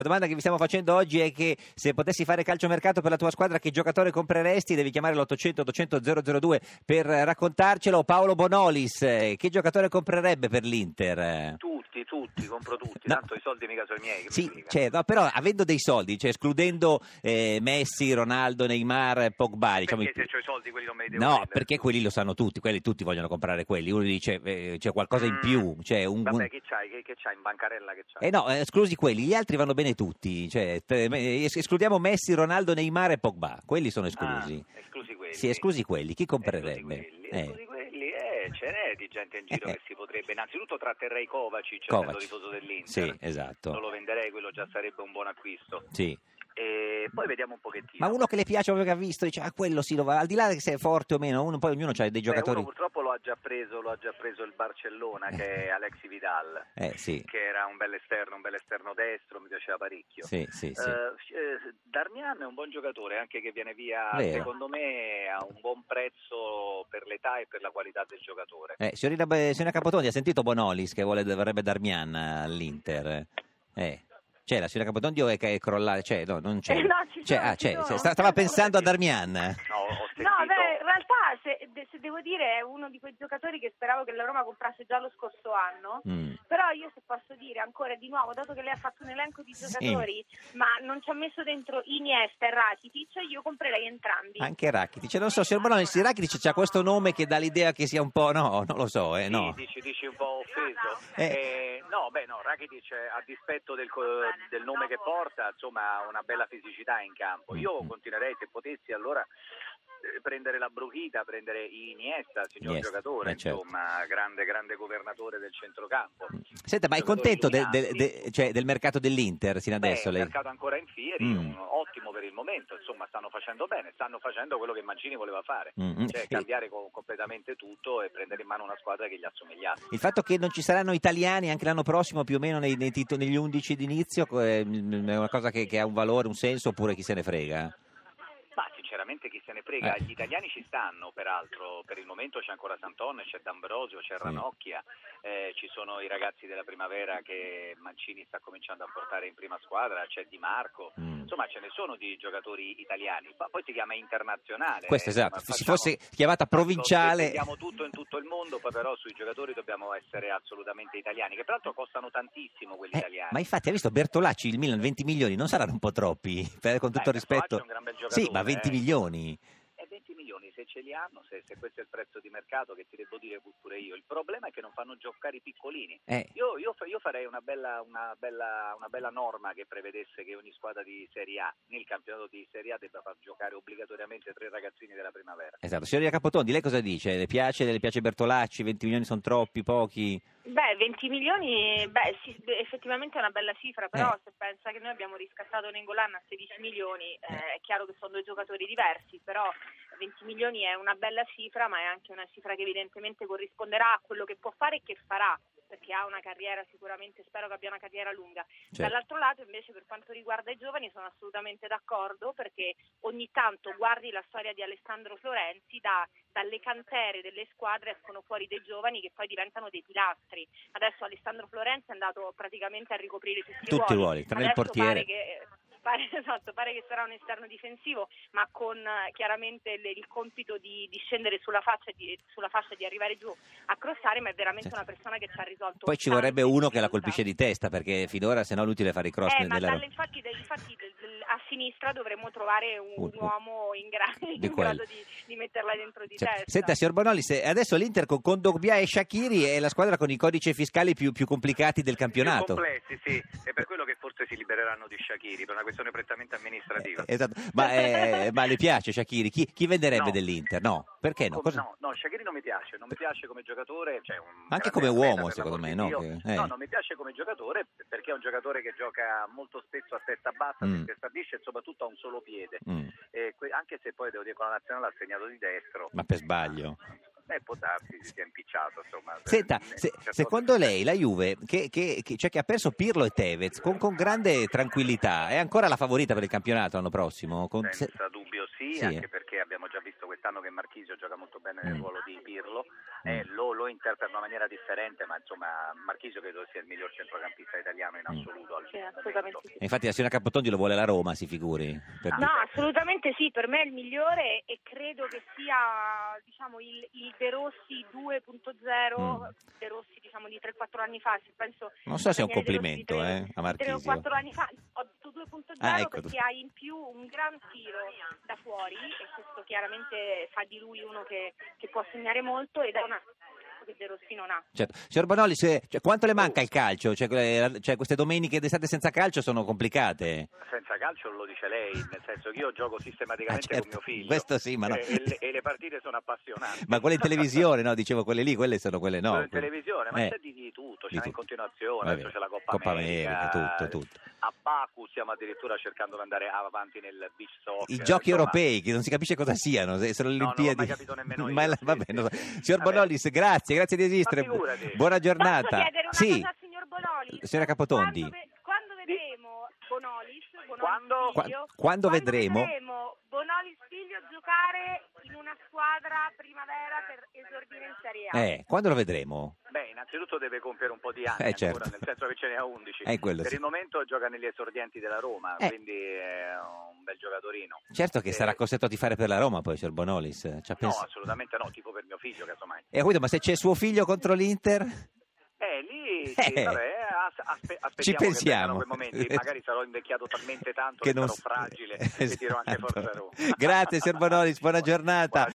La domanda che vi stiamo facendo oggi è che se potessi fare calciomercato per la tua squadra, che giocatore compreresti? Devi chiamare l'800 800 002 per raccontarcelo. Paolo Bonolis, che giocatore comprerebbe per l'Inter? Tutti, compro tutti, No. tanto i soldi mica sono i miei. Sì, cioè, no, però avendo dei soldi, cioè escludendo Messi, Ronaldo, Neymar, Pogba, diciamo, Perché se ho i soldi quelli non me li devo no, prendere? perché quelli lo sanno tutti, tutti vogliono comprare quelli. Uno dice c'è qualcosa in più, cioè Vabbè, che c'hai in bancarella, che c'hai? no, esclusi quelli, gli altri vanno bene tutti, cioè, escludiamo Messi, Ronaldo, Neymar e Pogba, quelli sono esclusi. Esclusi quelli. Sì, esclusi quelli, chi comprerebbe? Esclusi quelli, ce n'è di gente in giro che si potrebbe. Innanzitutto tratterrei Kovacic, Kovacic. essendo tifoso dell'Inter. Sì, esatto. Non lo venderei, quello già sarebbe un buon acquisto. Sì. E poi vediamo un pochettino. Ma uno che le piace, proprio che ha visto, dice quello sì, lo va, al di là che se è forte o meno, poi ognuno ha dei giocatori. Uno purtroppo lo ha già preso il Barcellona, che è Alexis Vidal, sì. che era un bel esterno destro, mi piaceva parecchio. Sì. Darmian è un buon giocatore, anche che viene via, Vero. secondo me, a un buon prezzo per l'età e per la qualità del giocatore. Signorina Capotondi, ha sentito Bonolis che vorrebbe Darmian all'Inter? C'è la signora Capotondi o è che è crollata? No, non c'è. No, ci sono. Stava pensando a Darmian. No, ho sentito. No, beh, in realtà, se devo dire, è uno di quei giocatori che speravo che la Roma comprasse già lo scorso anno. Però io, se posso dire ancora di nuovo, dato che lei ha fatto un elenco di giocatori, ma non ci ha messo dentro Iniesta e Rakitic, io comprerei entrambi. Anche Rakitic, non so, signor Bonolis, Rakitic c'ha questo nome che dà l'idea che sia un po', no, non lo so, sì, no. Dici un po' offeso. No, Rakitic, a dispetto del nome che porta, insomma, ha una bella fisicità in campo. Io continuerei, se potessi, allora prendere la Brugita, prendere Iniesta, signor giocatore, certo. Insomma, grande governatore del centrocampo. Senta, ma è contento del mercato dell'Inter sino adesso? Il lei? mercato ancora in fieri, ottimo per il momento, insomma, stanno facendo bene, stanno facendo quello che Mancini voleva fare, cioè cambiare completamente tutto e prendere in mano una squadra che gli assomigliasse. Il fatto che non ci saranno italiani anche l'anno prossimo più o meno negli 11 d'inizio è una cosa che ha un valore, un senso, oppure chi se ne frega? Ma sinceramente chi se ne frega, gli italiani ci stanno, peraltro, per il momento c'è ancora Santon, c'è D'Ambrosio, c'è Ranocchia, ci sono i ragazzi della primavera che Mancini sta cominciando a portare in prima squadra, c'è Di Marco, insomma ce ne sono di giocatori italiani, poi si chiama internazionale. Questo esatto, se fosse chiamata provinciale. Vediamo tutto in tutto il mondo, poi però sui giocatori dobbiamo essere assolutamente italiani, che peraltro costano tantissimo quelli italiani. Ma infatti ha visto Bertolacci, il Milan, 20 milioni, non saranno un po' troppi? Con tutto il rispetto. È un gran bel giocatore, sì, ma 20 milioni. 20 milioni se ce li hanno, se questo è il prezzo di mercato, che ti devo dire pure io. Il problema è che non fanno giocare i piccolini. Io farei una bella norma che prevedesse che ogni squadra di Serie A nel campionato di Serie A debba far giocare obbligatoriamente 3 ragazzini della primavera. Esatto. Signorina Capotondi, lei cosa dice? Le piace Bertolacci? 20 milioni sono troppi, pochi? Beh, 20 milioni, sì, effettivamente è una bella cifra, però se pensa che noi abbiamo riscattato Nainggolan a 16 milioni, è chiaro che sono due giocatori diversi, però 20 milioni è una bella cifra, ma è anche una cifra che evidentemente corrisponderà a quello che può fare e che farà, perché ha una carriera, sicuramente spero che abbia una carriera lunga. Certo. Dall'altro lato invece, per quanto riguarda i giovani, sono assolutamente d'accordo, perché ogni tanto guardi la storia di Alessandro Florenzi, dalle cantere delle squadre escono fuori dei giovani che poi diventano dei pilastri. Adesso Alessandro Florenzi è andato praticamente a ricoprire tutti i ruoli, tranne il portiere. Pare che sarà un esterno difensivo, ma con chiaramente il compito di scendere sulla fascia e di arrivare giù a crossare, ma è veramente una persona che ci ha risolto. Poi ci vorrebbe uno che la colpisce di testa, perché finora se no l'utile fare i cross infatti a sinistra dovremmo trovare un uomo in grado di metterla dentro di testa. Senta, signor Bonolis, adesso l'Inter con Dogbia e Shaqiri è la squadra con i codici fiscali più complicati del campionato. Più complessi, sì, è per quello che forse si libereranno di Shaqiri, per una questione prettamente amministrativa. Esatto. Ma le piace Shaqiri? Chi venderebbe dell'Inter? No, perché no? No, Shaqiri non mi piace come giocatore, anche come uomo, secondo me, no? No, non mi piace come giocatore, perché è un giocatore che gioca molto spesso a testa bassa, si intestardisce e soprattutto a un solo piede. Anche se poi devo dire con la nazionale ha segnato di destro. Ma per sbaglio? Può darsi, si sia impicciato, insomma. Senta, secondo lei la Juve, che ha perso Pirlo e Tevez con grande tranquillità, è ancora la favorita per il campionato l'anno prossimo? Senza dubbio sì, anche perché abbiamo già visto quest'anno che Marchisio gioca molto bene nel ruolo di Pirlo, lo interpreta in una maniera differente, ma insomma Marchisio credo sia il miglior centrocampista italiano in assoluto al assolutamente sì. E infatti la signora Capotondi lo vuole la Roma, si figuri. No, assolutamente sì, per me è il migliore e credo che sia, diciamo, il De Rossi 2.0, De Rossi, diciamo, di 3-4 anni fa, penso. Non so se è un complimento, a Marchisio. 3 o 4 anni fa, ho detto 2.0 ecco. perché ha in più un gran tiro da fuori e questo chiaramente fa di lui uno che può segnare molto ed è una che De Rossi non ha. Certo. Signor Bonolis, quanto le manca il calcio? Cioè, queste domeniche d'estate senza calcio sono complicate? Senza calcio lo dice lei, nel senso che io gioco sistematicamente certo, con mio figlio. Questo sì, ma no. E le partite sono appassionanti. Ma quelle in televisione, no? Dicevo quelle lì, quelle sono quelle no. In televisione, ma c'è di tutto, c'è in continuazione, adesso c'è la Coppa America, tutto. A Baku stiamo addirittura cercando di andare avanti nel beach soccer. I giochi europei, che non si capisce cosa siano, sono le Olimpiadi. Non ho mai capito nemmeno io. Vabbè, no. Signor Bonolis, grazie di esistere. Buona giornata. Posso chiedere una cosa al signor Bonolis? Signora Capotondi. Quando vedremo Bonolis quando vedremo Bonolis figlio giocare in una squadra primavera per esordire in Serie A? Quando lo vedremo? Beh, innanzitutto deve compiere un po' di anni certo. ancora, nel senso che ce ne ha 11. Per il momento gioca negli esordienti della Roma, quindi è un bel giocatorino. Certo che sarà costretto a tifare per la Roma poi, signor Bonolis. No, assolutamente no, tipo per mio figlio, casomai. Ma se c'è suo figlio contro l'Inter? Lì sì, vabbè, aspettiamo ci pensiamo. Quei momenti. Magari sarò invecchiato talmente tanto che sarò fragile e tiro anche forza Roma. Grazie signor Bonolis, buona giornata.